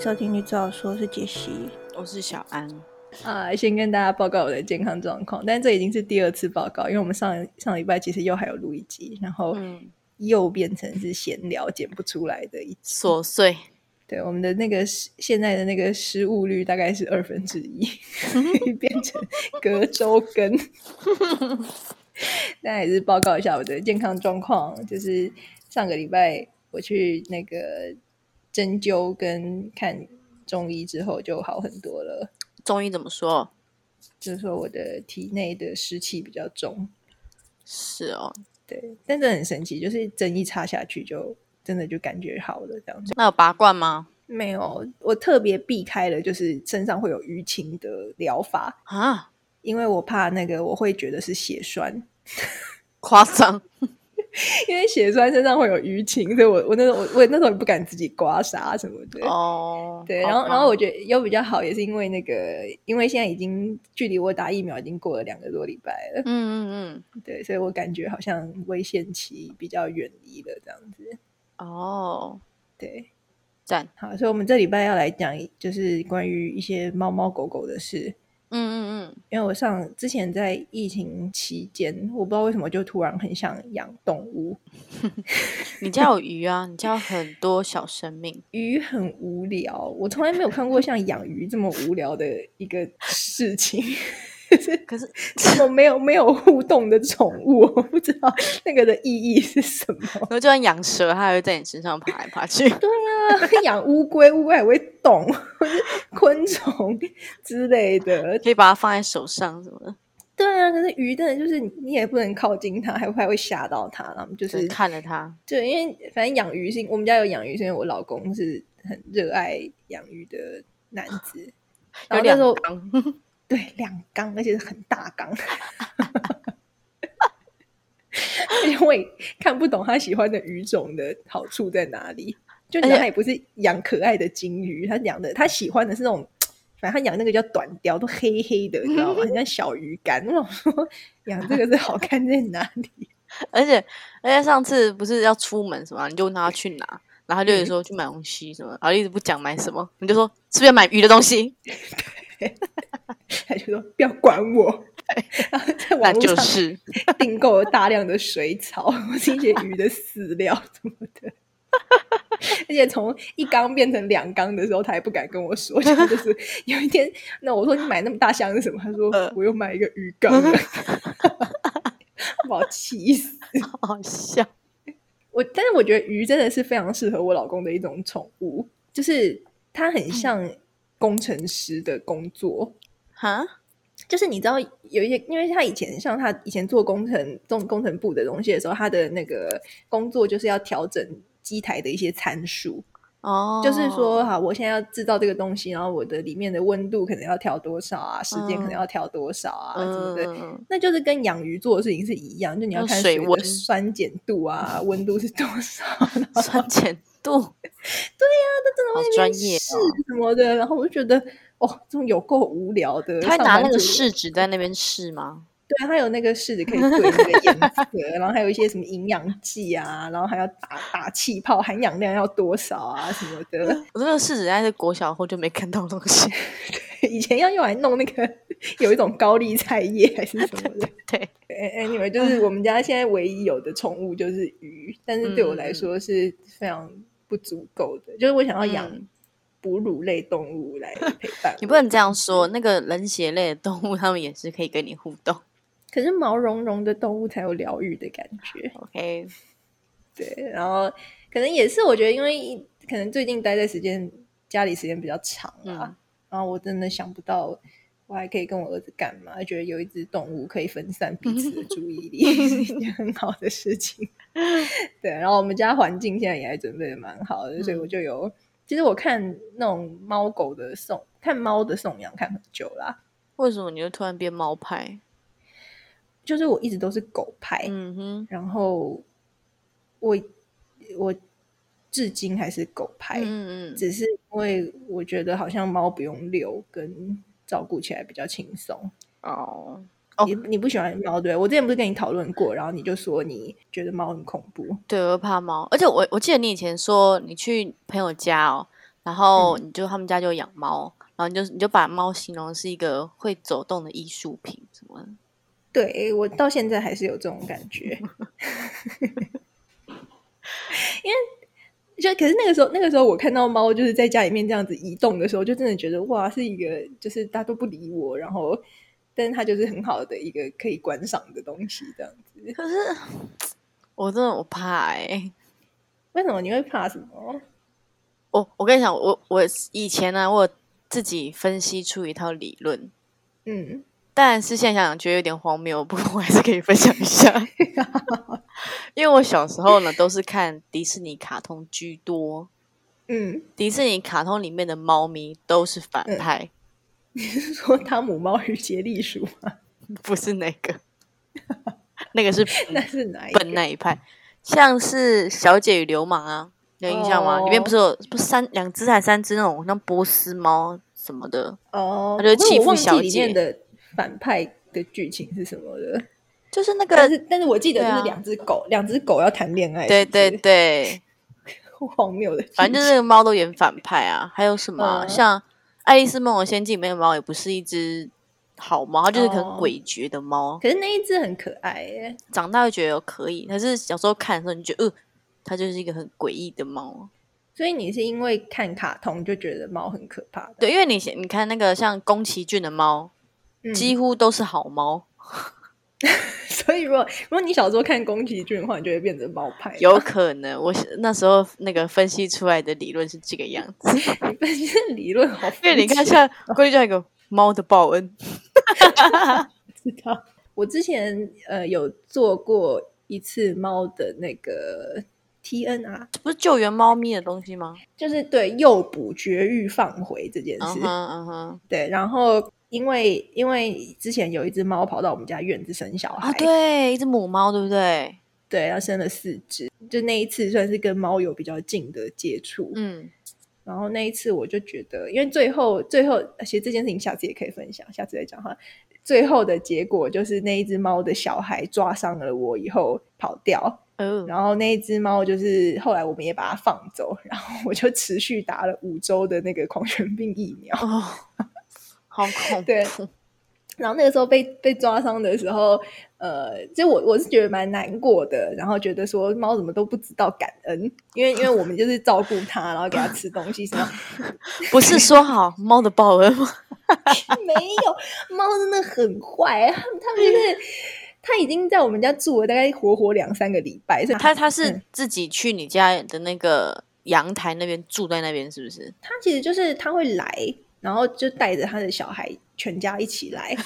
收听《女子好说》，是杰西， 我是小安。 先跟大家报告我的健康状况，但这已经是第2次报告，因为我们上礼拜其实又还有录一集，然后又变成是闲聊剪不出来的一集琐碎。 对，我们的那个现在的那个失误率大概是1/2，变成隔周更。但还是报告一下我的健康状况，就是上个礼拜我去那个针灸跟看中医之后就好很多了。 中医怎么说？ 就是说我的体内的湿气比较重。 是哦， 对，但这很神奇，就是针一插下去就真的就感觉好了这样子。 那有拔罐吗？ 没有，我特别避开了就是身上会有淤青的疗法啊， 因为我怕那个我会觉得是血栓。 夸张。 因为血栓身上会有淤青，所以我那时候也不敢自己刮痧什么的。 哦， 对，然后我觉得又比较好，也是因为因为现在已经距离我打疫苗已经过了2个多礼拜了。对，所以我感觉好像危险期比较远离了这样子。 哦， 对， 赞。 好，所以我们这礼拜要来讲就是关于一些猫猫狗狗的事。因为我之前在疫情期间，我不知道为什么就突然很想养动物。 你家有鱼啊，你家有很多小生命。 鱼很无聊，我从来没有看过像养鱼这么无聊的一个事情。可是这么没有互动的宠物，我不知道那个的意义是什么。 然后就算养蛇，它还会在你身上爬来爬去。 对啊，养乌龟，乌龟还会动，或是昆虫之类的， 可以把它放在手上什么的。 对啊，可是鱼真的就是你也不能靠近它，还会吓到它，然后就是看着它。 对，因为反正养鱼是我们家有养鱼，是因为我老公是很热爱养鱼的男子。然后那时候对2缸，而且是很大缸。而且我也看不懂他喜欢的鱼种的好处在哪里。就你知道他也不是养可爱的金鱼，他喜欢的是那种，反正他养那个叫短鲷，都黑黑的，你知道吗？很像小鱼干。我想说养这个是好看在哪里？ 而且上次不是要出门什么，你就问他去哪，然后他就说去买东西什么，然后一直不讲买什么，你就说是不是要买鱼的东西？ 他就说不要管我。然后在网络上订购了大量的水草或是一些鱼的饲料什么的。而且从1缸变成2缸的时候，他还不敢跟我说。就是有一天，那我说你买那么大箱是什么？他说我又买一个鱼缸了。把我气死， 好笑。 但是我觉得鱼真的是非常适合我老公的一种宠物，就是它很像工程师的工作。就是你知道有一些，因为他以前做工程部的东西的时候，他的那个工作就是要调整机台的一些参数。就是说好，我现在要制造这个东西，然后我的里面的温度可能要调多少啊，时间可能要调多少啊，什么的。那就是跟养鱼做的事情是一样，就你要看水的酸碱度啊，温度是多少， 酸碱度。 对啊，那真的会专业试什么的。然后我就觉得这种有够无聊的。 他拿那个试纸在那边试吗？ 对，它有那个试纸可以对那个颜色，然后还有一些什么营养剂啊，然后还要打气泡，含氧量要多少啊什么的。 我这个试纸在国小后就没看到东西。 以前要用来弄那个有一种高丽菜叶还是什么的。 对 ，anyway，就是我们家现在唯一有的宠物就是鱼，但是对我来说是非常不足够的。就是我想要养哺乳类动物来陪伴。 你不能这样说，那个冷血类的动物它们也是可以跟你互动。 可是毛茸茸的动物才有疗愈的感觉。 OK， 对，然后可能也是我觉得因为可能最近待在家里时间比较长啊，然后我真的想不到我还可以跟我儿子干嘛，觉得有一只动物可以分散彼此的注意力是一件很好的事情。对，然后我们家环境现在也还准备的蛮好的，所以我就有其实我看那种猫狗的看猫的送养看很久啦。 为什么你就突然变猫派？ 就是我一直都是狗派。然后我至今还是狗派。只是因为我觉得好像猫不用遛，跟照顾起来比较轻松。你不喜欢猫对？我之前不是跟你讨论过，然后你就说你觉得猫很恐怖。 对，我怕猫，而且我记得你以前说你去朋友家然后他们家就养猫，然后你就把猫形容是一个会走动的艺术品什么的。 对，我到现在还是有这种感觉。因为可是那个时候我看到猫就是在家里面这样子移动的时候，就真的觉得哇，是一个就是大家都不理我，然后但是它就是很好的一个可以观赏的东西这样子。 可是我真的我怕为什么你会怕什么？ 我跟你讲，我以前呢，我自己分析出一套理论，但是现在想想觉得有点荒谬，不过我还是可以分享一下。因为我小时候呢都是看迪士尼卡通居多，迪士尼卡通里面的猫咪都是反派。 你是说汤姆猫与杰利鼠吗？ 不是那个，那个是那是哪一个？ 笨那一派，像是小姐与流氓啊，有印象吗？里面不是有2只还3只那种像波斯猫什么的它就欺负小姐。 里面的反派的剧情是什么的？ 就是那个， 但是我记得就是2只狗，2只狗要谈恋爱， 对对对， 荒谬的， 反正就是那个猫都演反派啊。还有什么像《爱丽丝梦游仙境》里面的猫也不是一只好猫，它就是很诡谲的猫。 可是那一只很可爱耶， 长大会觉得可以，可是小时候看的时候你就觉得它就是一个很诡异的猫。 所以你是因为看卡通就觉得猫很可怕的？ 对，因为你看那个像宫崎骏的猫，几乎都是好猫。 所以如果你小时候看宫崎骏的话，你就会变成猫派。 有可能，我那时候那个分析出来的理论是这个样子。 你分析的理论好， 因为你看像关于这个猫的报恩， 知道。我之前有做过一次猫的那个 TNR， 不是救援猫咪的东西吗？ 就是对诱捕、绝育、放回这件事。对，然后。因为之前有一只猫跑到我们家院子生小孩对，一只母猫，对不对？ 对，它生了4只，就那一次算是跟猫有比较近的接触。然后那一次我就觉得，因为最后，而且这件事情下次也可以分享，下次再讲哈。最后的结果就是那一只猫的小孩抓伤了我以后跑掉，然后那一只猫就是后来我们也把它放走，然后我就持续打了5周的那个狂犬病疫苗。 好恐怖！ 对，然后那个时候被抓伤的时候，就我是觉得蛮难过的，然后觉得说猫怎么都不知道感恩，因为我们就是照顾它，然后给它吃东西什么。 不是说好猫的报恩吗？ 没有，猫真的很坏，他们就是它已经在我们家住了大概活2-3个礼拜，所以它是自己去你家的那个阳台那边住在那边，是不是？ 它其实就是它会来。然后就带着他的小孩全家一起来。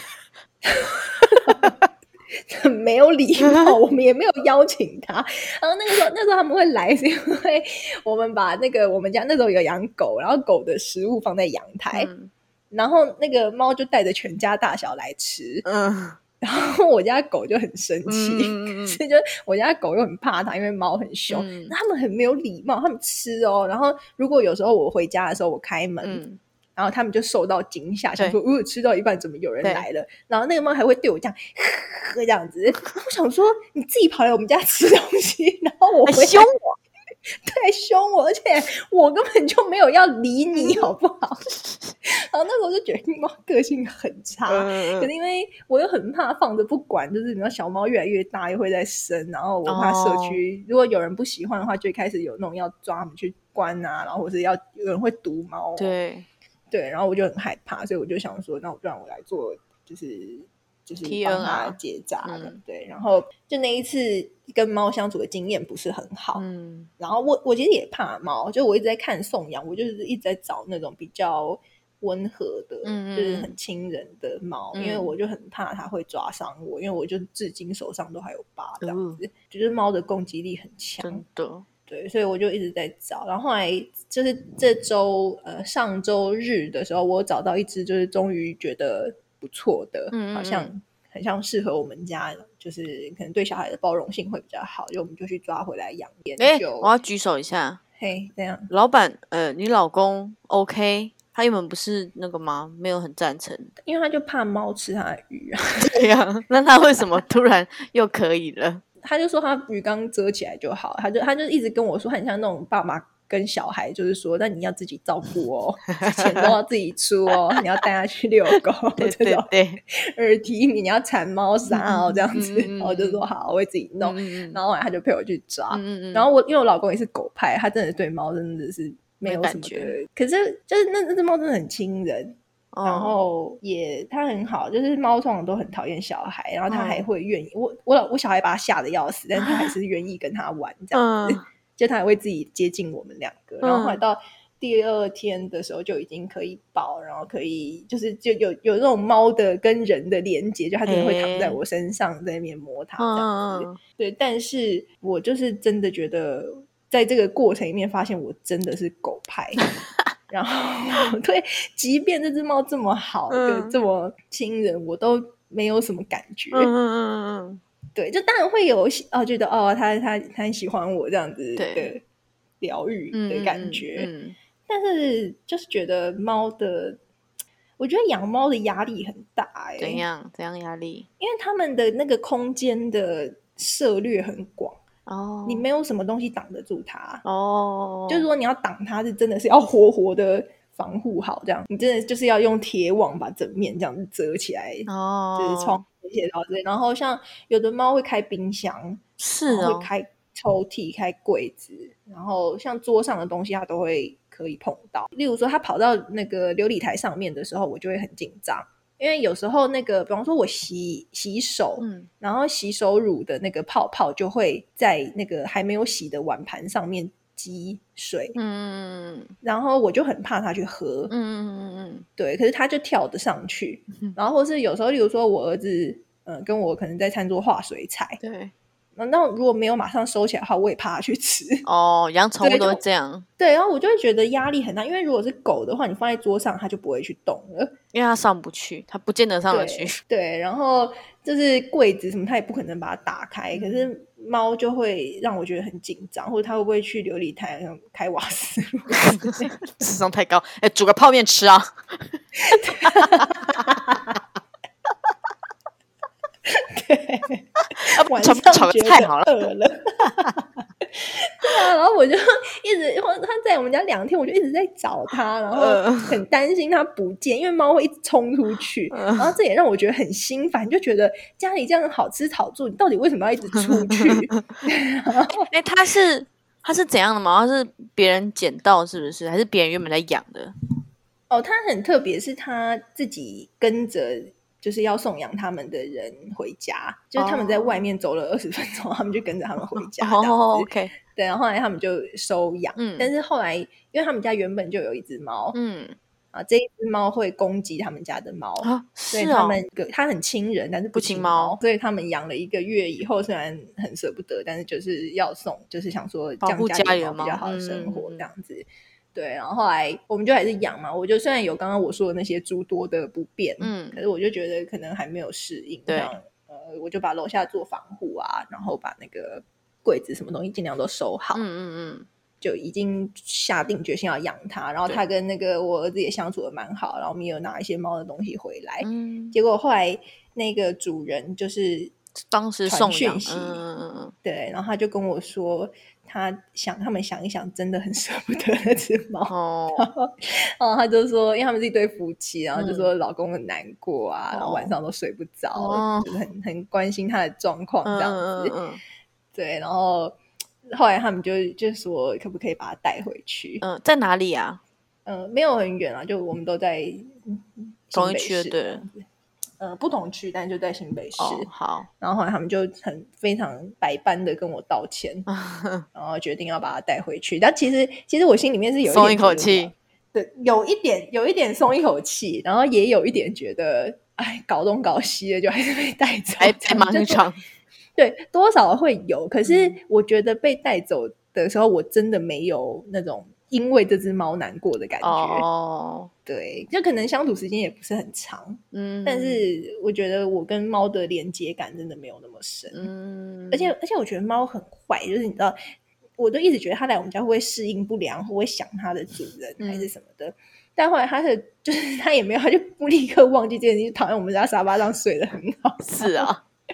很没有礼貌，我们也没有邀请他。然后那时候他们会来是因为我们把那个我们家那时候有养狗，然后狗的食物放在阳台，然后那个猫就带着全家大小来吃。然后我家狗就很生气，所以就我家狗又很怕它，因为猫很凶。他们很没有礼貌，他们吃哦。然后如果有时候我回家的时候我开门，然后他们就受到惊吓，想说吃到一半怎么有人来了。然后那个猫还会对我这样这样子。我想说你自己跑来我们家吃东西，然后我回来凶我， 对，凶我，而且我根本就没有要理你好不好。然后那时候就觉得猫个性很差，可是因为我又很怕放着不管，就是你知道小猫越来越大又会再生，然后我怕社区如果有人不喜欢的话，就会开始有那种要抓他们去关啊，然后或是要有人会毒猫。对，然后我就很害怕，所以我就想说那我不然我来做就是帮他结扎的。对，然后就那一次跟猫相处的经验不是很好。然后我其实也怕猫，就我一直在看送养，我就是一直在找那种比较温和的，就是很亲人的猫，因为我就很怕它会抓伤我，因为我就至今手上都还有疤这样子。就是猫的攻击力很强， 真的。 对，所以我就一直在找，然后后来就是这周上周日的时候，我找到一只就是终于觉得不错的，好像很像适合我们家，就是可能对小孩的包容性会比较好，就我们就去抓回来养研究。 我要举手一下， 这样老板你老公 OK？ 他原本不是那个吗？没有很赞成， 因为他就怕猫吃他的鱼啊。 对呀，那他为什么突然又可以了？ 他就说他鱼缸遮起来就好，他就一直跟我说很像那种爸妈跟小孩就是说，那你要自己照顾哦，钱都要自己出哦，你要带他去遛狗， 对对对， 耳提米你要铲猫砂哦，这样子，然后我就说好，我会自己弄，然后后来他就陪我去抓，然后因为我老公也是狗派，他真的对猫真的是没有什么的，可是就是那只猫真的很亲人。然后他很好，就是猫通常都很讨厌小孩，然后他还会愿意我小孩把他吓得要死，但是他还是愿意跟他玩这样子，就他还会自己接近我们两个，然后后来到第2天的时候就已经可以抱，然后可以就有那种猫的跟人的连结，就他真的会躺在我身上在那边摸它这样子，对，但是我就是真的觉得在这个过程里面发现我真的是狗派然后对，即便这只猫这么好，这么亲人，我都没有什么感觉。对，就当然会有觉得他很喜欢我这样子的疗愈的感觉，但是就是觉得我觉得养猫的压力很大怎样压力？ 因为他们的那个空间的涉略很广。你没有什么东西挡得住它就是说你要挡它是真的是要活活的防护好这样，你真的就是要用铁网把整面这样子遮起来就是窗这些然后像有的猫会开冰箱是会开抽屉开柜子，然后像桌上的东西它都会可以碰到，例如说它跑到那个流理台上面的时候我就会很紧张，因为有时候那个比方说我洗手然后洗手乳的那个泡泡就会在那个还没有洗的碗盘上面积水然后我就很怕他去喝对，可是他就跳得上去然后或是有时候例如说我儿子跟我可能在餐桌画水彩对， 那如果没有马上收起来的话我也怕他去吃养宠物都会这样对，然后我就会觉得压力很大，因为如果是狗的话你放在桌上它就不会去动了， 因为它上不去，它不见得上得去对，然后就是柜子什么它也不可能把它打开可是猫就会让我觉得很紧张，或者它会不会去流理台开瓦斯炉智商太高煮个泡面吃啊对晚上炒个菜好了饿了对啊，然后我就一直他在我们家2天我就一直在找他，然后很担心他不见因为猫会一直冲出去然后这也让我觉得很心烦，就觉得家里这样好吃好住你到底为什么要一直出去他是怎样的吗？他是别人捡到是不是？还是别人原本在养的？ 他很特别是他自己跟着就是要送养他们的人回家就是他们在外面走了20分钟他们就跟着他们回家 OK 对，然后后来他们就收养但是后来因为他们家原本就有一只猫这一只猫会攻击他们家的猫所以它很亲人但是不亲猫所以他们养了1个月以后虽然很舍不得但是就是要送就是想说这样家里的猫比较好的生活这样子对，然后后来我们就还是养嘛，我就虽然有刚刚我说的那些诸多的不便可是我就觉得可能还没有适应对我就把楼下做防护啊然后把那个柜子什么东西尽量都收好就已经下定决心要养它，然后他跟那个我儿子也相处的蛮好，然后我们也有拿一些猫的东西回来结果后来那个主人就是当时送讯息对，然后他就跟我说他们想一想真的很舍不得那只猫然后他就说因为他们是一对夫妻然后就说老公很难过啊然后晚上都睡不着就是很关心他的状况这样子对，然后后来他们就说可不可以把它带回去在哪里啊没有很远啊就我们都在同一区对不同区但就在新北市好， 然后后来他们就非常百般的跟我道歉然后决定要把它带回去但其实我心里面是有一点松一口气对，有一点松一口气然后也有一点觉得哎搞东搞西的就还是被带走还蛮长对多少会有可是我觉得被带走的时候我真的没有那种因为这只猫难过的感觉对就可能相处时间也不是很长但是我觉得我跟猫的连接感真的没有那么深而且我觉得猫很坏就是你知道我都一直觉得它来我们家会不会适应不良会不会想它的主人还是什么的但后来就是它也没有他就不立刻忘记这件事就躺在我们家沙发上睡得很好是啊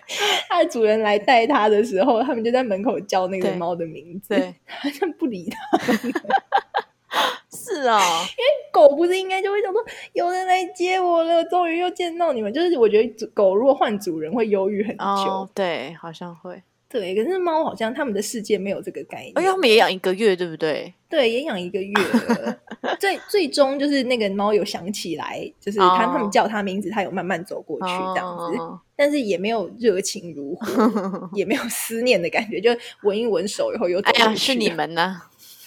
他的主人来带他的时候，他们就在门口叫那个猫的名字， 对， 好像不理他。 是啊， 因为狗不是应该就会想说有人来接我了，终于又见到你们。就是我觉得狗如果换主人会忧郁很久， 对，好像会。 对，可是猫好像他们的世界没有这个概念， 而且他们也养1个月，对不对？ 对，也养1个月了。最终就是那个猫有想起来，就是他们叫他名字，他有慢慢走过去这样子，但是也没有热情如火，也没有思念的感觉，就闻一闻手以后又走过去。 哎呀，是你们呢？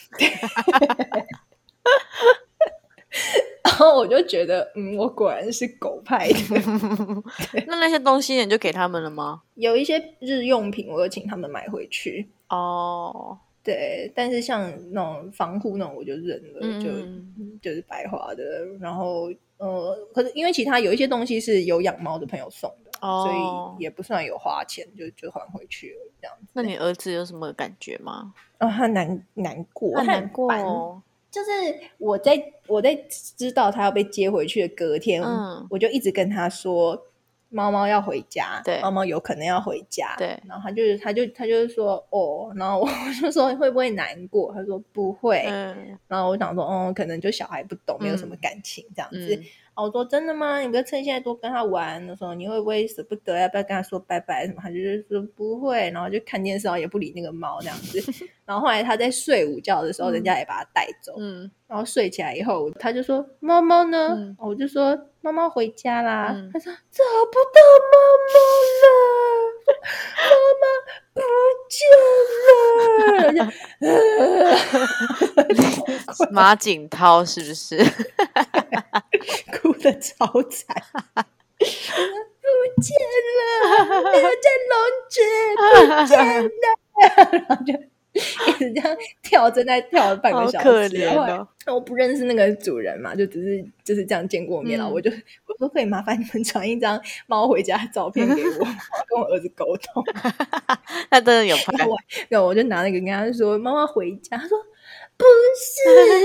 然后我就觉得我果然是狗派的。 那些东西你就给他们了吗？ 有一些日用品我就请他们买回去对，但是像那种防护那种我就认了，就是白花的。然后可是因为其他有一些东西是有养猫的朋友送的，所以也不算有花钱，就还回去了这样子。 那你儿子有什么感觉吗？ 他难过， 他难过就是我在知道他要被接回去的隔天，我就一直跟他说猫猫要回家， 对， 猫猫有可能要回家， 对， 然后他就是说然后我就说会不会难过，他说不会，然后我想说可能就小孩不懂，没有什么感情这样子。然后我说真的吗？你不要趁现在多跟他玩的时候，你会不会舍不得？要不要跟他说拜拜什么？他就是说不会，然后就看电视，然后也不理那个猫这样子。然后后来他在睡午觉的时候，人家也把他带走。然后睡起来以后，他就说猫猫呢？我就说猫猫回家啦。他说找不到猫猫了，妈妈不见了。 马景涛是不是？ 哭得超惨。不见了，没有在笼子，不见了。然后就一直这样跳，正在跳了半个小时， 好可怜我不认识那个主人嘛，就只是就是这样见过面了。我说可以麻烦你们传一张猫回家的照片给我，跟我儿子沟通。 他真的有拍， 然后我就拿那个跟他说猫猫回家，他说不是，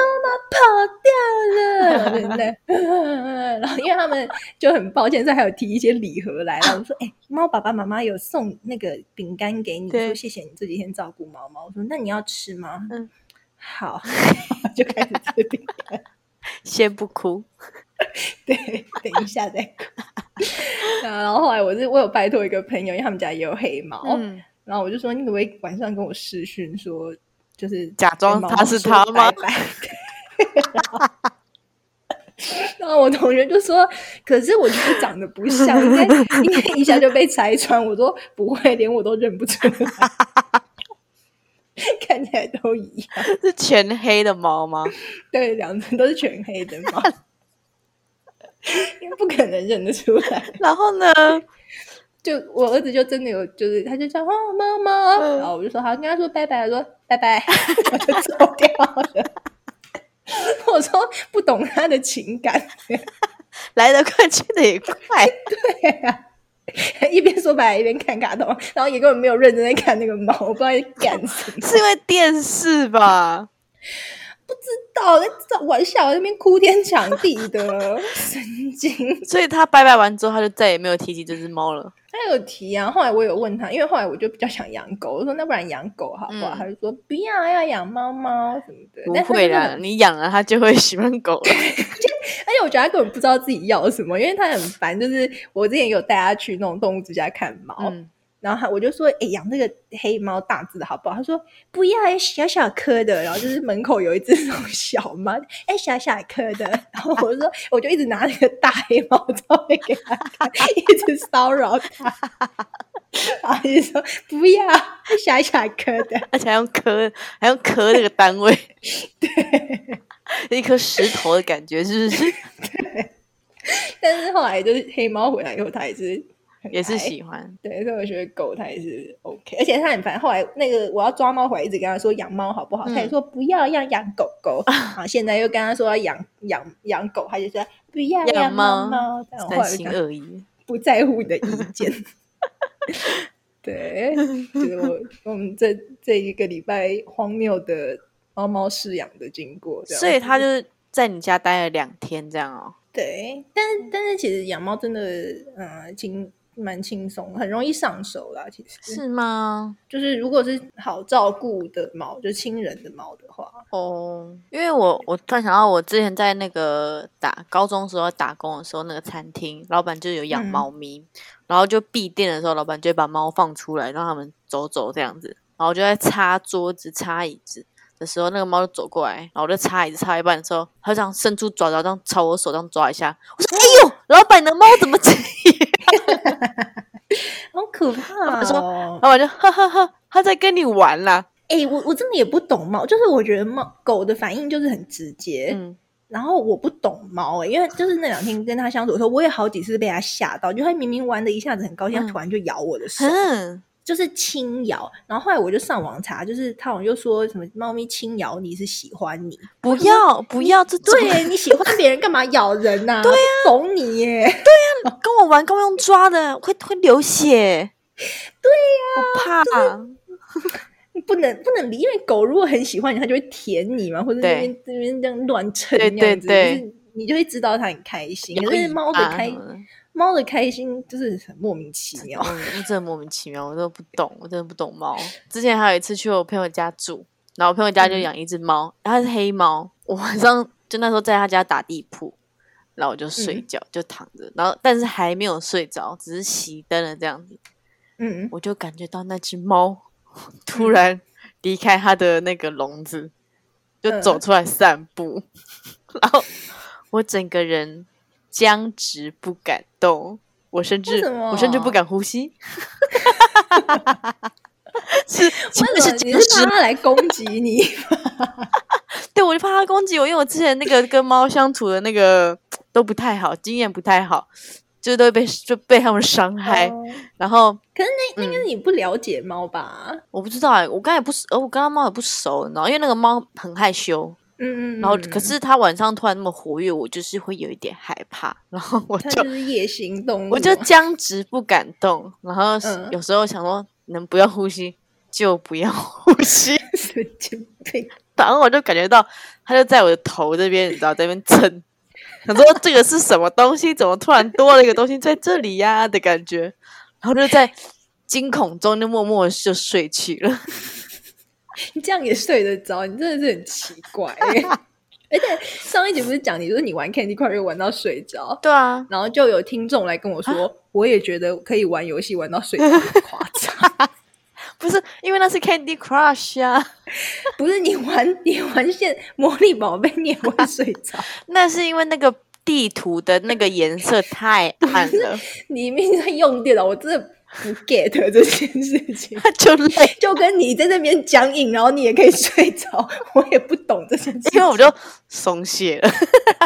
妈妈跑掉了。然后因为他们就很抱歉，所以还有提一些礼盒来。然后我说猫爸爸妈妈有送那个饼干给你，说谢谢你这几天照顾猫猫。我说那你要吃吗？好。就开始吃饼干。 先不哭。 对，等一下再哭。然后后来我有拜托一个朋友，因为他们家也有黑猫，然后我就说你可不可以晚上跟我视讯说，就是假装他是他吗？ 然后我同学就说可是我觉得长得不像，应该一下就被拆穿。我说不会，连我都认不出来。看起来都一样。 是全黑的猫吗？ 对，两只都是全黑的猫。因为不可能认得出来。 然后呢， 就我儿子就真的有，就是他就叫妈妈，然后我就说好，跟他说拜拜，我说拜拜，我就走掉了。我说不懂他的情感。 来得快去得也快。 对啊，一边说拜拜一边看卡通，然后也根本没有认真在看那个猫，我不知道在干什么。 是因为电视吧？ 不知道，在玩笑那边哭天抢地的，神经。 所以他拜拜完之后，他就再也没有提及这只猫了。 他有提啊，后来我有问他，因为后来我就比较想养狗，我说那不然养狗好不好？他就说不要养猫猫什么的。 不会啦，你养了他就会喜欢狗了。 而且我觉得他根本不知道自己要什么，因为他很烦。就是我之前有带他去那种动物之家看猫，然后我就说养这个黑猫大只的好不好？他说不要，小小颗的。然后就是门口有一只那种小猫，小小颗的。然后我就说我就一直拿那个大黑猫照片给他看，一直骚扰他。然后就说不要，小小颗的， 而且还用颗那个单位。 对， 一颗石头的感觉是不是？ 对。但是后来就是黑猫回来以后，他也是喜欢。 对，所以我觉得狗它也是 OK， 而且他很烦。后来那个我要抓猫回来，一直跟他说养猫好不好，他也说不要养狗狗。啊，现在又跟他说要养狗，他就说不要养猫猫， 三心二意， 不在乎你的意见。对，就是我们这一个礼拜荒谬的猫猫饲养的经过。 所以他就是在你家待了2天这样哦。 对，但是其实养猫真的蛮轻松，很容易上手啦。其实是吗？ 就是如果是好照顾的猫，就亲人的猫的话， 因为我突然想到，我之前在那个高中时候打工的时候，那个餐厅老板就有养猫咪，然后就闭店的时候，老板就会把猫放出来，让他们走走这样子，然后我就在擦桌子、擦椅子的时候，那个猫就走过来，然后我就擦椅子擦一半的时候，它就这样伸出爪爪，这样朝我手这样抓一下，我说：“哎呦，老板的猫怎么这样？” 好可怕哦！ 老板就呵呵呵，他在跟你玩啦。 我真的也不懂猫，就是我觉得狗的反应就是很直接，然后我不懂猫因为就是那2天跟他相处的时候，我也好几次被他吓到，就他明明玩的一下子很高兴，他突然就咬我的手。就是轻咬，然后后来我就上网查，就是他好像就说什么猫咪轻咬你是喜欢你， 不要这种， 对，你喜欢别人干嘛咬人啊？ 对啊， 不懂你耶， 对啊，跟我玩跟我用抓的会流血， 对呀， 我怕。 不能理，因为狗如果很喜欢你，它就会舔你嘛，或者那边这样乱蹭这样子，就是你就会知道它很开心。可是猫的开心就是很莫名其妙， 真的莫名其妙，我都不懂，我真的不懂猫。之前还有一次去我朋友家住，然后我朋友家就养一只猫，它是黑猫。我晚上就那时候在他家打地铺，然后我就睡觉，就躺着，然后但是还没有睡着，只是熄灯了这样子。我就感觉到那只猫突然离开它的那个笼子，就走出来散步，然后我整个人僵直不敢动，我甚至不敢呼吸。 是你是怕它来攻击你？ 对，我就怕它攻击我，因为我之前那个跟猫相处的那个都不太好，经验不太好。就都会被他们伤害，然后可是那应该是你不了解猫吧？ 我不知道我刚才我跟他猫也不熟，然后因为那个猫很害羞，然后可是它晚上突然那么活跃，我就是会有一点害怕，然后它就是夜行动物， 我就僵直不敢动，然后有时候想说能不要呼吸就不要呼吸， 神经病。 然后我就感觉到它就在我的头这边，你知道，在那边蹭。想说这个是什么东西？怎么突然多了一个东西在这里呀？的感觉，然后就在惊恐中就默默就睡去了。 你这样也睡得着？你真的是很奇怪而且上一集不是讲你说你玩 Candy Crush 玩到睡着？ 对啊， 然后就有听众来跟我说，我也觉得可以玩游戏玩到睡着，很夸张。 不是因为那是 Candy Crush 啊， 不是你玩魔力宝贝你也会睡着， 那是因为那个地图的那个颜色太暗了。 你明明在用电脑，我真的不 get 这件事情。 就累， 就跟你在那边讲瘾，然后你也可以睡着，我也不懂这件事情， 因为我就松懈了。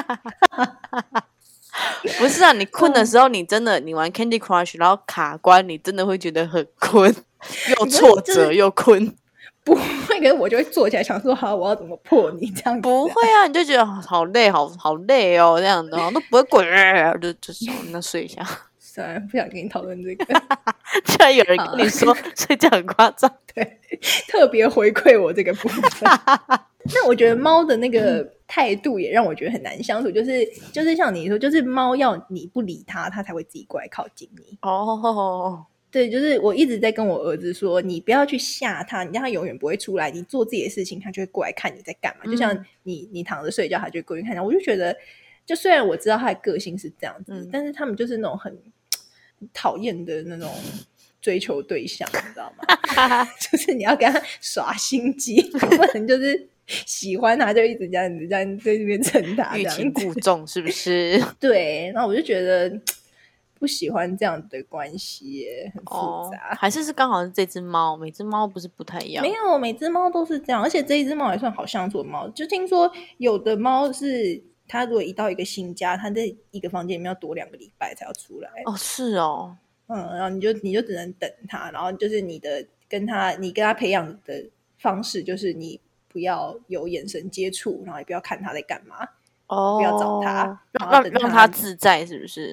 不是啊，你困的时候，你真的你玩 Candy Crush， 然后卡关，你真的会觉得很困，又挫折又困。 不会，可是我就会坐起来想说，好，我要怎么破你这样子？ 不会啊，你就觉得好累，好累哦，这样的都不会滚，就那睡一下。 算了，不想跟你讨论这个。 居然有人跟你说睡觉很夸张， 对，特别回馈我这个部分。那我觉得猫的那个态度也让我觉得很难相处，就是像你说，就是猫要你不理它，它才会自己过来靠近你。对，就是我一直在跟我儿子说，你不要去吓他，你让他永远不会出来。你做自己的事情，他就会过来看你在干嘛。就像你躺着睡觉，他就会过去看他。我就觉得，就虽然我知道他的个性是这样子，但是他们就是那种很讨厌的那种追求对象，你知道吗？就是你要跟他耍心机，不能就是喜欢他就一直这样子在这边蹭他， 欲擒故纵是不是？ 对，然后我就觉得不喜欢这样的关系耶，很复杂。 还是刚好是这只猫，每只猫不是不太一样？ 没有，每只猫都是这样，而且这一只猫也算好相处的猫。就听说有的猫是它如果一到一个新家，它在一个房间里面要躲2个礼拜才要出来。 是哦。 然后你就只能等它，然后就是你跟它培养的方式就是你不要有眼神接触，然后也不要看它在干嘛，不要找它， 让它自在，是不是？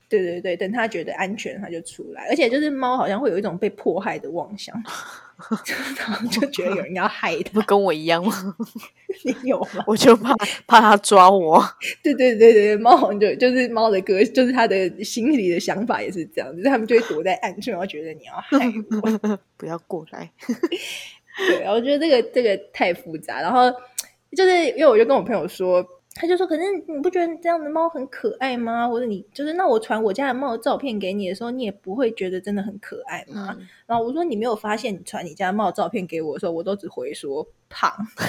对对对，等它觉得安全它就出来，而且就是猫好像会有一种被迫害的妄想就觉得有人要害它。 不跟我一样吗？ 你有吗？ 我就怕它抓我。 对对对对，猫好像就是猫的歌，就是它的心里的想法也是这样，就是他们就会躲在暗处，然后觉得你要害我不要过来。 对，然后我觉得这个太复杂，然后就是因为我就跟我朋友说，他就说，可是你不觉得这样的猫很可爱吗？或者你就是那我传我家的猫的照片给你的时候，你也不会觉得真的很可爱吗？然后我说你没有发现你传你家的猫的照片给我的时候，我都只回说胖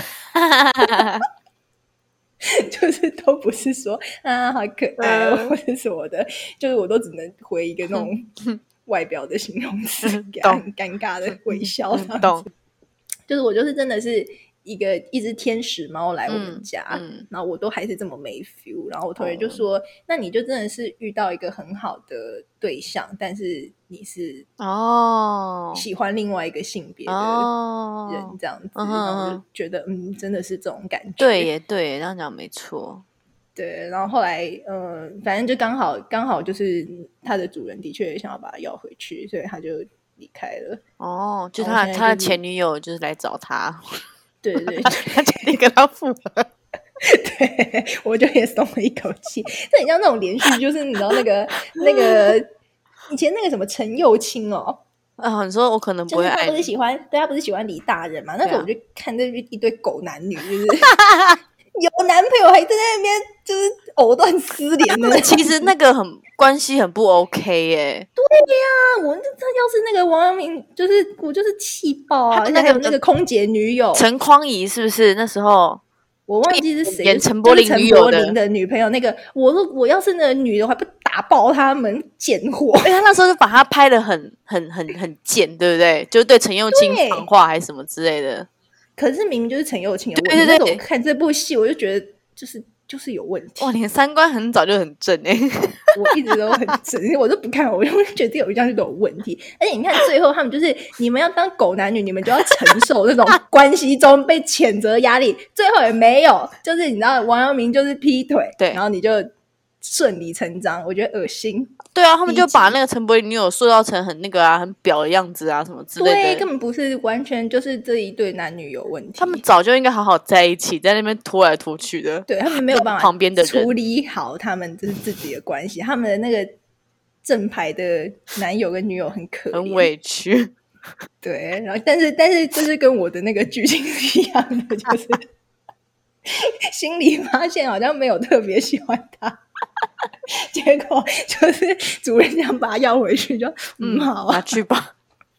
就是都不是说啊好可爱或者什么的，就是我都只能回一个那种外表的形容词给他很尴尬的微笑懂就是我就是真的是一只天使猫来我们家，然后我都还是这么没 feel， 然后我同学就说那你就真的是遇到一个很好的对象，但是你是喜欢另外一个性别的人这样子，然后我就觉得真的是这种感觉。 对耶对耶，这样讲没错。 对，然后后来反正就刚好就是它的主人的确想要把它要回去，所以他就离开了。 就他的前女友就是来找他。 对对， 他决定跟他复合。 对，我就也松了一口气。这很像那种连续，就是你知道那个以前那个什么陈幼卿你说我可能不会爱你， 就是他不是喜欢，对，他不是喜欢李大人嘛？那时候我就看这一堆狗男女，就是有男朋友还在那边就是藕断丝连的。 其实那个关系很不 OK 耶。 对呀，我要是那个王阳明，我就是气爆啊！还有那个空姐女友陈匡怡是不是那时候？ 我忘记是谁演陈柏霖女友的女朋友。那个我要是那个女的，我还不打爆他们贱货！ 而且他那时候就把他拍得很贱，对不对？就对陈幼卿放话还是什么之类的。 可是明明就是陈幼卿的问题。对，我看这部戏，我就觉得就是有问题。 哇，你的三观很早就很正我一直都很正，我都不看，我就觉得有一样都有问题。而且你看最后他们就是你们要当狗男女，你们就要承受那种关系中被谴责压力。最后也没有，就是你知道王阳明就是劈腿，对，然后你就顺理成章，我觉得恶心。 对啊，他们就把那个陈柏霖女友塑造成很那个很婊的样子啊，什么之类的。 对，根本不是完全就是这一对男女有问题。 他们早就应该好好在一起，在那边拖来拖去的。 对，他们没有办法旁边的人处理好他们就是自己的关系，他们的那个正牌的男友跟女友很可怜， 很委屈。 对，然后但是就是跟我的那个剧情是一样的，就是心里发现好像没有特别喜欢他。结果就是主人想把他要回去，就好啊， 拿去吧。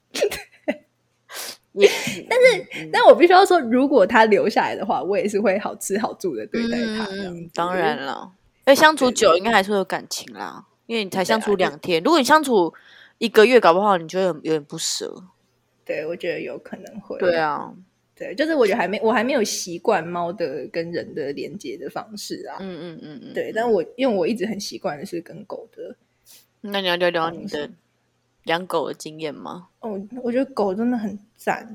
但我必须要说，如果他留下来的话，我也是会好吃好住的对待他。 当然了，因为相处久应该还是会有感情啦。因为你才相处2天，如果你相处1个月，搞不好你就会有点不舍。 对，我觉得有可能会。 对啊。 对，就是我觉得我还没有习惯猫的跟人的连接的方式啊。对，但因为我一直很习惯的是跟狗的。 那你要聊聊你的养狗的经验吗？ 我觉得狗真的很赞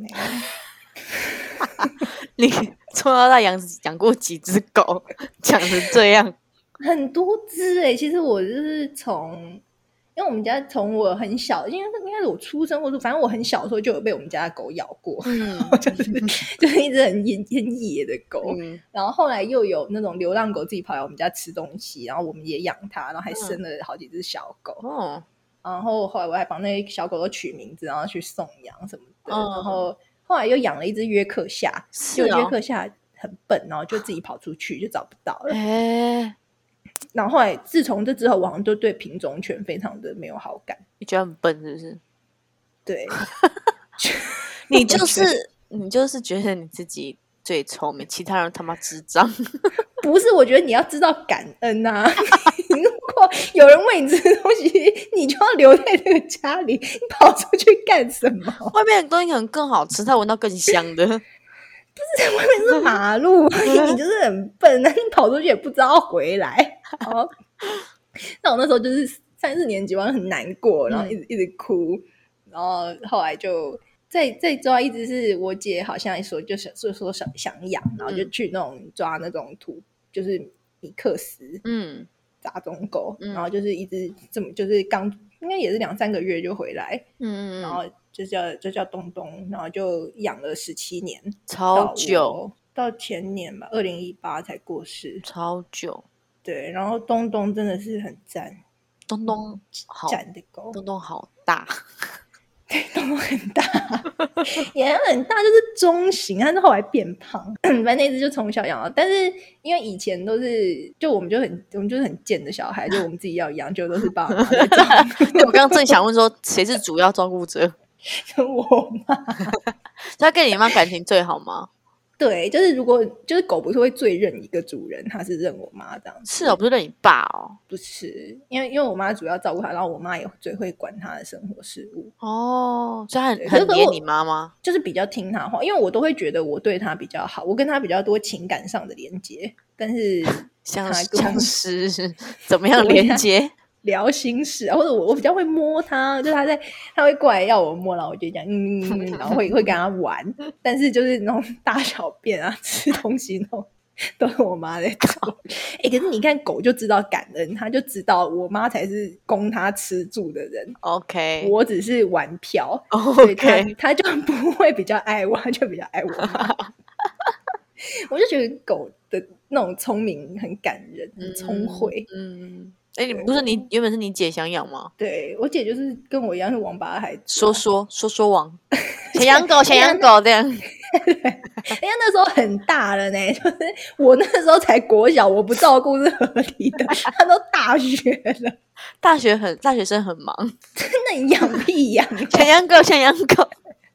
你从小到大养过几只狗？讲成这样， 很多只其实我就是因为我们家从我很小，因为应该是我出生或者反正我很小的时候就有被我们家的狗咬过，就是一只很野的狗。然后后来又有那种流浪狗自己跑来我们家吃东西，然后我们也养它，然后还生了好几只小狗。然后后来我还帮那些小狗都取名字，然后去送养什么的。然后后来又养了一只约克夏，就约克夏很笨，然后就自己跑出去就找不到了。然后后来自从这之后，我好像就对品种犬非常的没有好感。 你觉得很笨是不是？ 对， 你就是觉得你自己最聪明，其他人他妈智障。 不是，我觉得你要知道感恩啊。如果有人喂你这个东西，你就要留在这个家里，你跑出去干什么？ 外面的东西可能更好吃，它闻到更香的。 不是在外面是马路，你就是很笨，你跑出去也不知道回来。那我那时候就是3、4年级，我很难过，然后一直哭，然后后来就在抓一只是我姐好像说说想养，然后就去那种抓那种就是米克斯， 杂种狗，然后就是一直这么就是应该也是2-3个月就回来，然后就叫东东，然后就养了17年， 超久， 到前年吧，2018才过世， 超久。 对，然后东东真的是很赞， 东东好赞的狗， 东东好大。 对，东东很大，也很大，就是中型，但是后来变胖。反正那只就从小养到，但是因为以前都是我们就是很贱的小孩，就我们自己要养，就都是爸妈在照顾。 我刚刚正想问说，谁是主要照顾者？ 我妈。 他跟你妈感情最好吗？ 对，就是如果就是狗不是会最认一个主人，它是认我妈这样子。 是哦，不是认你爸哦？ 不是，因为我妈主要照顾它，然后我妈也最会管它的生活事务。 哦，所以她很黏你妈吗？ 就是比较听她话，因为我都会觉得我对她比较好，我跟她比较多情感上的连接。但是像是怎么样连接？ 聊心事，或者我比较会摸它，就是它会过来要我摸，然后我就讲然后会跟它玩。但是就是那种大小便啊、吃东西那种，都是我妈在做。可是你看狗就知道感恩，它就知道我妈才是供它吃住的人。 OK， 我只是玩票， 所以它就不会比较爱我，它就比较爱我妈。我就觉得狗的那种聪明很感人，很聪慧。 你不是你原本是你姐想养吗？ 对，我姐就是跟我一样是王八的孩子， 说王，想养狗这样。 家那时候很大了呢，就是我那时候才国小，我不照顾是合理的。他都大学了，大学生很忙， 那你养屁养？ 想养狗。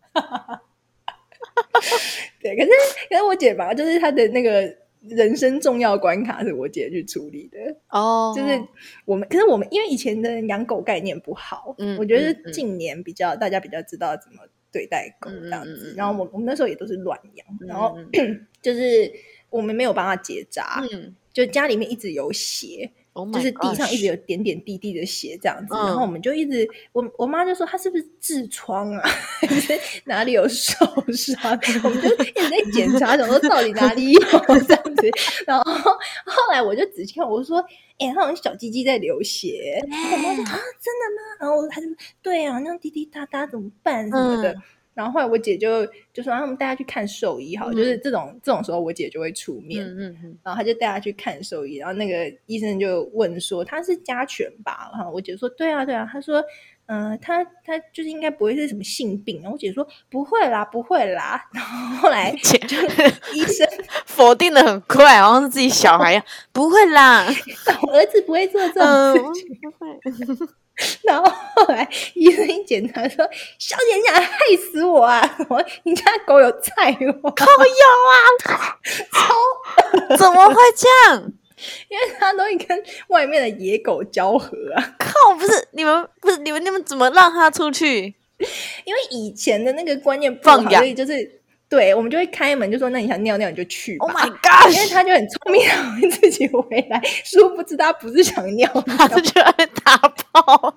对，可是我姐吧，就是她的那个人生重要关卡是我姐去处理的哦。就是可是我们因为以前的养狗概念不好，我觉得近年大家比较知道怎么对待狗这样子。然后我们那时候也都是乱养，然后就是我们没有帮它结扎，就家里面一直有血。就是地上一直有点点滴滴的血这样子，然后我们就一直我妈就说她是不是痔疮啊，还是哪里有受伤？我们就一直在检查，想说到底哪里有这样子。然后后来我就仔细看，我就说它好像小鸡鸡在流血。我妈说啊，真的吗？然后她就对啊，那滴滴答答怎么办什么的。然后后来我姐就说让他们带她去看兽医好，就是这种时候我姐就会出面，然后她就带她去看兽医，然后那个医生就问说她是家犬吧？然后我姐说对啊，她说她就是应该不会是什么性病。然后我姐说不会啦。然后后来就医生否定的很快，好像是自己小孩一样，不会啦， 我儿子不会做这种事情，不会。然后后来医生一检查说：“小姐，你想害死我啊？你家狗有菜吗？” 靠有啊！怎么会这样？ 因为他都会跟外面的野狗交合啊！ 靠，不是你们怎么让他出去？ 因为以前的那个观念不好，所以就是对我们就会开门就说：“那你想尿尿你就去吧。” Oh my god！ 因为他就很聪明，他会自己回来，殊不知他不是想尿尿， 他是就在打炮。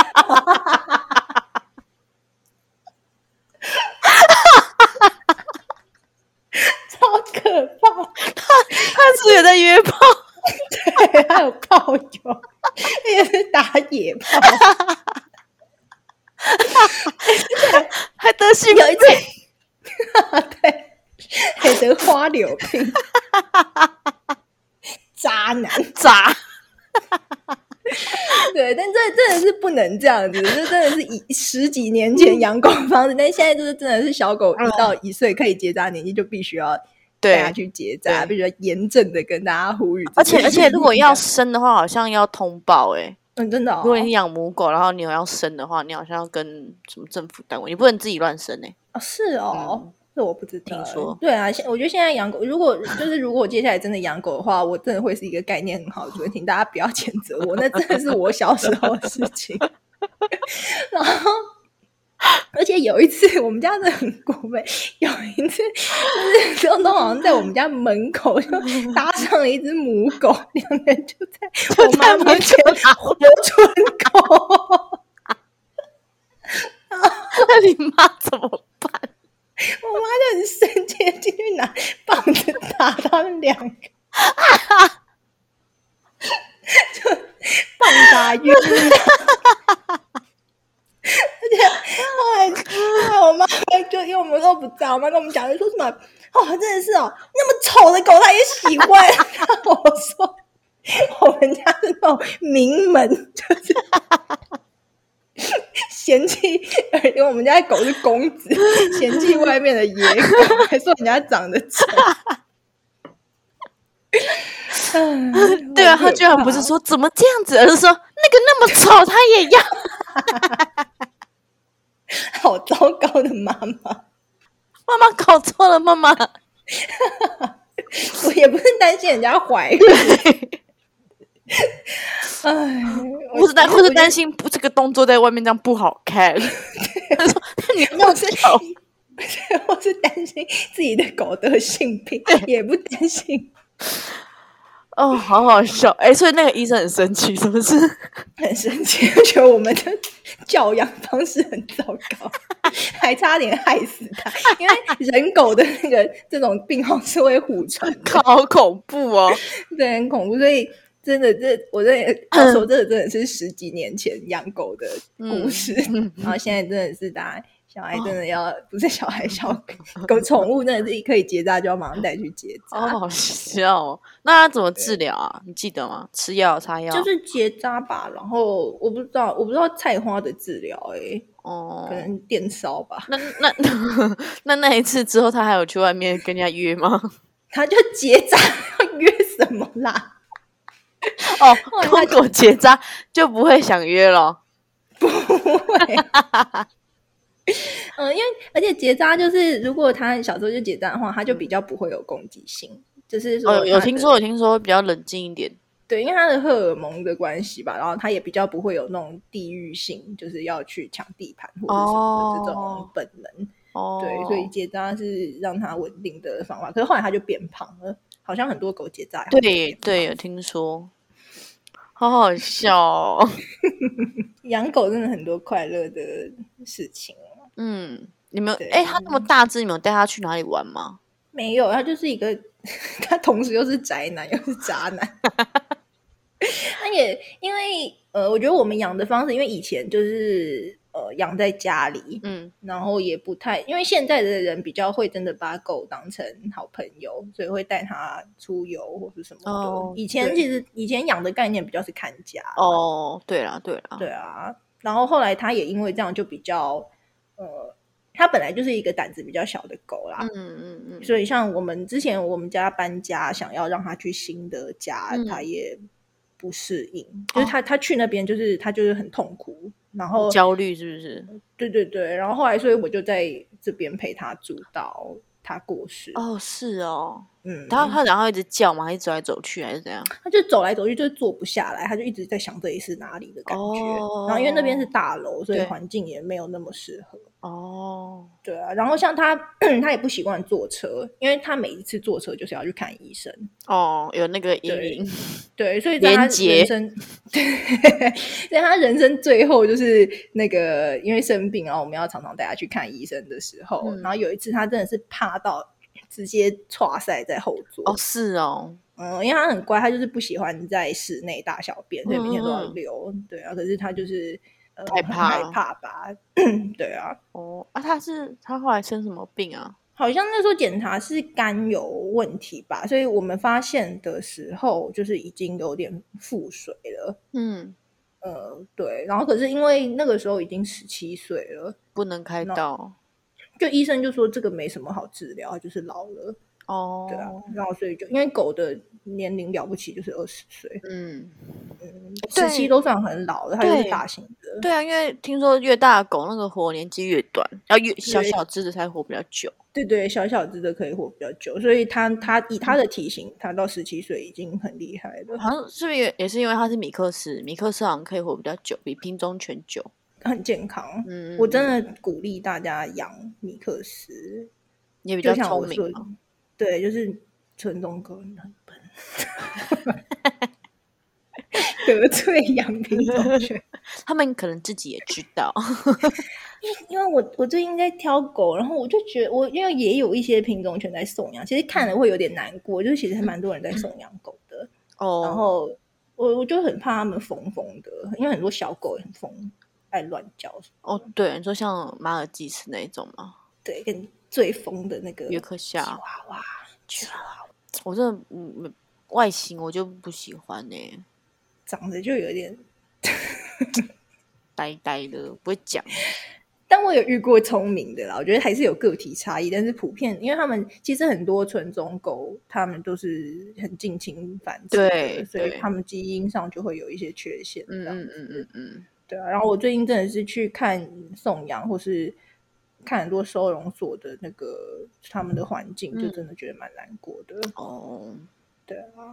超可怕！ 他是不是也在约炮？ 对，他有炮友，也是打野炮， 还得性有一次，对，还得花柳病，渣男渣。 对，但这真的是不能这样子，这真的是10几年前养狗方式，但现在就是真的是小狗1到1岁可以结扎年纪就必须要带它去结扎，必须要严正的跟大家呼吁。 而且如果要生的话，好像要通报真的。 如果你养母狗，然后你有要生的话，你好像要跟什么政府单位，你不能自己乱生是哦。这我不知道， 听说对啊，我觉得现在养狗，如果我接下来真的养狗的话，我真的会是一个概念很好的主人，请大家不要谴责我，那真的是我小时候的事情。然后，而且有一次我们家真的很过分，有一次就是东东好像在我们家门口就搭上了一只母狗，两个人就在我妈面前活春狗。 那你妈怎么办？ 我妈就很生气，进去拿棒子打他们两个，就而且后来我妈就因为我们都不在，我妈跟我们讲就说什么真的是那么丑的狗她也喜欢。我说我们家是那种名门，就是嫌弃，因为我们家的狗是公子，嫌弃外面的野狗，还说人家长得丑。 对啊，他居然不是说怎么这样子，而是说那个那么丑他也要。 好糟糕的妈妈， 妈妈搞错了，妈妈。 我也不是担心人家怀孕， 或是担心这个动作在外面这样不好看。他说你那我是担心自己的狗得性病，也不担心。 好好笑所以那个医生很生气，是不是？ 很生气，我觉得我们的教养方式很糟糕，还差点害死他。因为人狗的这种病号是会互传的， 好恐怖哦！ 对，很恐怖。所以真的，我真的是10几年前养狗的故事，然后现在真的是大家。小孩真的要不是小孩，小狗宠物真的是可以结扎就要马上带去结扎。 好笑哦！那他怎么治疗啊？你记得吗？吃药擦药？ 就是结扎吧。然后我不知道菜花的治疗可能电烧吧。 那一次之后，他还有去外面跟人家约吗？ 他就结扎，要约什么啦？ 公狗结扎就不会想约了， 不会。因为而且结扎就是如果他小时候就结扎的话，他就比较不会有攻击性，就是说有听说比较冷静一点。 对，因为他的荷尔蒙的关系吧，然后他也比较不会有那种地域性，就是要去抢地盘或者什么的这种本能。对，所以结扎是让他稳定的方法。可是后来他就变胖了，好像很多狗结扎。 对，有听说。好好笑哦！ 养狗真的很多快乐的事情。 你们他那么大只，你们有带他去哪里玩吗？ 没有，他就是一个，他同时又是宅男又是渣男。他也因为我觉得我们养的方式，因为以前就是养在家里，然后也不太，因为现在的人比较会真的把狗当成好朋友，所以会带它出游或是什么的。以前养的概念比较是看家。 对啦。 对啊，然后后来他也因为这样就比较他本来就是一个胆子比较小的狗啦，所以像我们之前我们家搬家，想要让他去新的家，他也不适应，就是他去那边他就是很痛苦，然后焦虑是不是？ 对，然后后来所以我就在这边陪他住到他过世。 是他然后一直叫嘛，一直走来走去还是怎样？ 他就走来走去，就是坐不下来，他就一直在想这里是哪里的感觉。然后因为那边是大楼，所以环境也没有那么适合。对啊。然后像他也不习惯坐车，因为他每一次坐车就是要去看医生。 有那个阴影。 对，所以在他人生，在他人生最后就是那个因为生病，然后我们要常常带他去看医生的时候，然后有一次他真的是怕到直接剉赛在后座。 是因为他很乖，他就是不喜欢在室内大小便，所以每天都要溜。对啊，可是他就是害怕吧。对啊。 他后来生什么病啊？ 好像那时候检查是肝有问题吧，所以我们发现的时候就是已经有点腹水了。对，然后可是因为那个时候已经17岁了， 不能开刀， 就医生就说这个没什么好治疗，他就是老了。对啊，然后所以就因为狗的年龄了不起就是20岁，17都算很老了，它就是大型的。 对啊，因为听说越大的狗那个活年纪越短，要越小只的才活比较久。 对，小只的可以活比较久，所以它以它的体型，它到17岁已经很厉害了。 好像是不是也是因为它是米克斯好像可以活比较久，比品种犬久， 很健康。我真的鼓励大家养米克斯， 也比较聪明。 对，就是纯种狗很笨。得罪养品种犬， 他们可能自己也知道。 因为我最近在挑狗，然后我就觉得因为也有一些品种犬在送养，其实看了会有点难过，就是其实还蛮多人在送养狗的。然后我就很怕他们疯的，因为很多小狗也很疯，爱乱叫。 哦，对，你说像马尔济斯那一种吗？ 对，跟最疯的那个约克夏吉娃娃， 我真的外形我就不喜欢欸， 长得就有点呆呆的，不会讲。 但我有遇过聪明的啦，我觉得还是有个体差异，但是普遍，因为他们其实很多纯种狗，他们都是很近亲繁殖的，所以他们基因上就会有一些缺陷。对啊。然后我最近真的是去看送养，或是看很多收容所的那个他们的环境，就真的觉得蛮难过的。 哦， 对啊，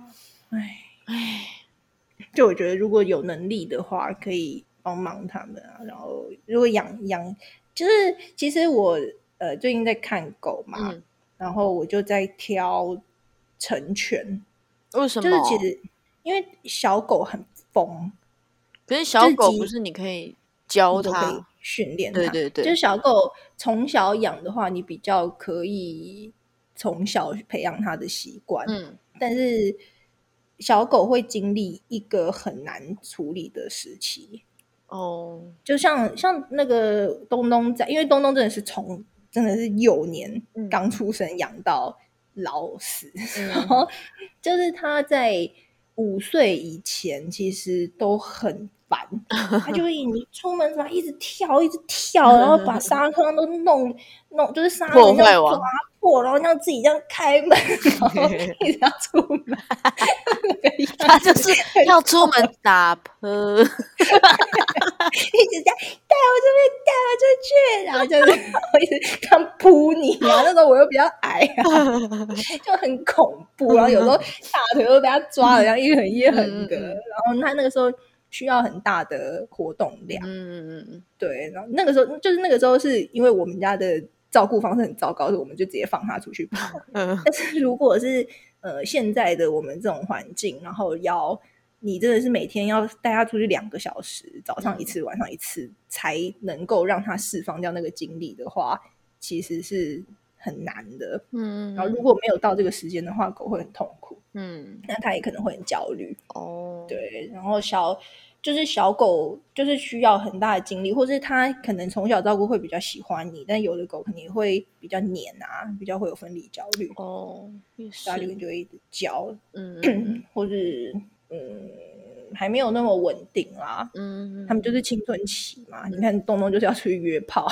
就我觉得如果有能力的话，可以帮忙他们啊。然后如果养，就是其实我最近在看狗嘛，然后我就在挑成犬。 为什么？ 就是其实因为小狗很疯， 可是小狗不是你可以教它， 可以训练它。 对， 就是小狗从小养的话，你比较可以从小培养它的习惯。但是小狗会经历一个很难处理的时期。就像那个东东在，因为东东真的是真的是幼年刚出生养到老死，然后就是他在5岁以前其实都很烦，他就会你出门什么一直跳，然后把沙坑都弄，就是沙坑这样抓破，然后让自己这样开门，然后一直要出门。 他就是要出门打泼，一直这样带我出去，然后就是一直这样扑你啊。那时候我又比较矮啊，就很恐怖。然后有时候大腿都被他抓了，然后一横一横的。然后他那个时候需要很大的活动量。对。然后那个时候是因为我们家的照顾方式很糟糕，所以我们就直接放他出去跑。但是如果是现在的我们这种环境，然后你真的是每天要带他出去2个小时，早上一次晚上一次，才能够让他释放掉那个精力的话，其实是很难的。然后如果没有到这个时间的话，狗会很痛苦。那他也可能会很焦虑。对。然后小狗就是需要很大的精力，或是他可能从小照顾会比较喜欢你，但有的狗肯定会比较黏啊，比较会有分离焦虑。他就会一直叫。或是还没有那么稳定啦。他们就是青春期嘛。你看东东就是要出去约炮。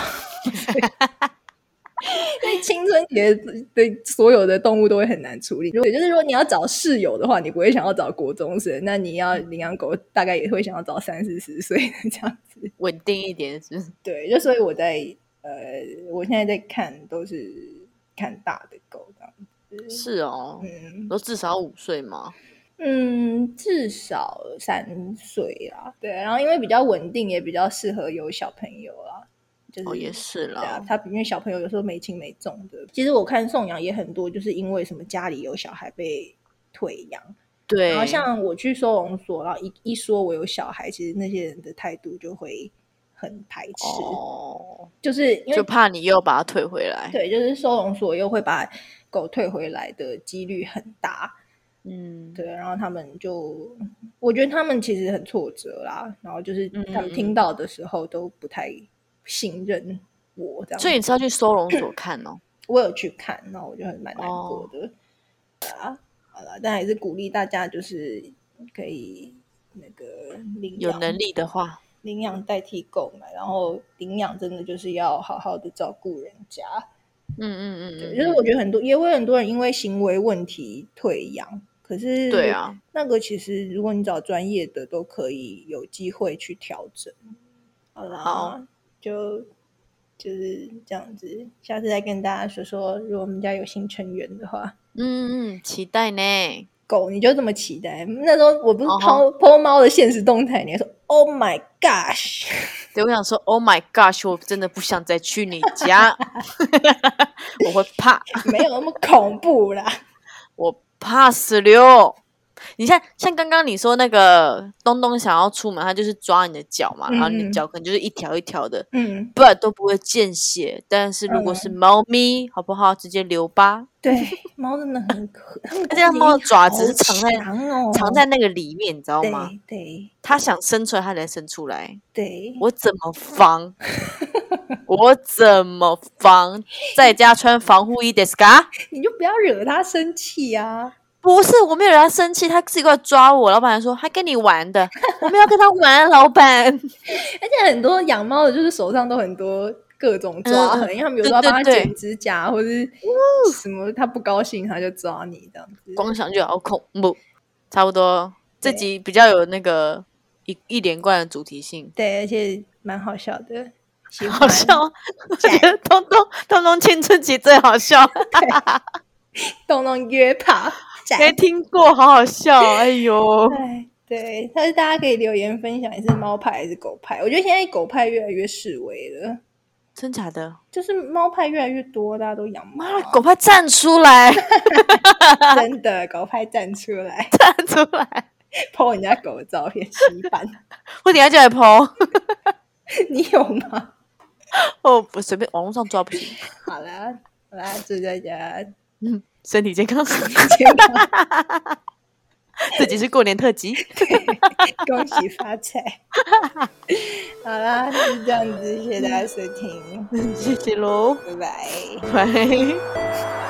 因为青春期的所有的动物都会很难处理。也就是说你要找室友的话，你不会想要找国中生，那你要领养狗大概也会想要找30-40岁的这样子， 稳定一点。 对。就所以我现在在看都是看大的狗这样子。 是哦。都至少5岁吗？ 至少3岁啦。对。然后因为比较稳定，也比较适合有小朋友啦。就是也是啦。 他因为小朋友有时候没轻没重的。其实我看送养也很多，就是因为什么家里有小孩被退养。 对。 然后像我去收容所，然后一说我有小孩，其实那些人的态度就会很排斥。就是因为就怕你又把它退回来。 对，就是收容所又会把狗退回来的几率很大。对。然后他们我觉得他们其实很挫折啦。然后就是他们听到的时候都不太信任我这样。 所以你是要去收容所看哦？ 我有去看，然后我就很蛮难过的。好了，但还是鼓励大家，就是可以那个领养， 有能力的话， 领养代替购买。然后领养真的就是要好好的照顾人家。对。就是我觉得也会很多人因为行为问题退养，可是对啊， 那个其实如果你找专业的，都可以有机会去调整。好啦。就是这样子，下次再跟大家说，如果我们家有新成员的话。 期待呢。 狗你就这么期待？那时候我不是po猫的现实动态，你还说 Oh my gosh。 对，我想说 Oh my gosh， 我真的不想再去你家。我会怕。 没有那么恐怖啦。 我怕死了。 你像刚刚你说那个东东想要出门，他就是抓你的脚嘛，然后你的脚可能就是一条一条的，不然都不会见血。但是如果是猫咪，好不好？直接留疤。 对，猫真的很可， 而且猫的爪子是藏在那个里面，你知道吗？ 对， 它想伸出来，它能伸出来。 对， 我怎么防？我怎么防？在家穿防护衣ですか？ 你就不要惹它生气啊！ 不是，我没有惹他生气，他自己过来抓我。老板还说还跟你玩的，我没有跟他玩，老板。而且很多养猫的，就是手上都很多各种抓痕，因为他们有时候要帮他剪指甲，或者是什么，他不高兴他就抓你这样子。 光想就好恐怖。差不多，这集比较有那个一连贯的主题性， 对，而且蛮好笑的， 好笑。我觉得东东青春期最好笑， 东东约炮。 没听过，好好笑，哎呦！ 对，但是大家可以留言分享，你是猫派还是狗派？我觉得现在狗派越来越式微了， 真假的？ 就是猫派越来越多，大家都养猫， 狗派站出来！ 真的，狗派站出来， 站出来 po 人家狗的照片，洗版， 我等一下就来 po。 你有吗？ 我随便网络上抓不行。 好啦，祝大家身体健康， 身体健康。 自己是过年特辑， 恭喜发财。好啦，就这样子，谢谢大家收听， 谢谢喽， 拜拜， 拜。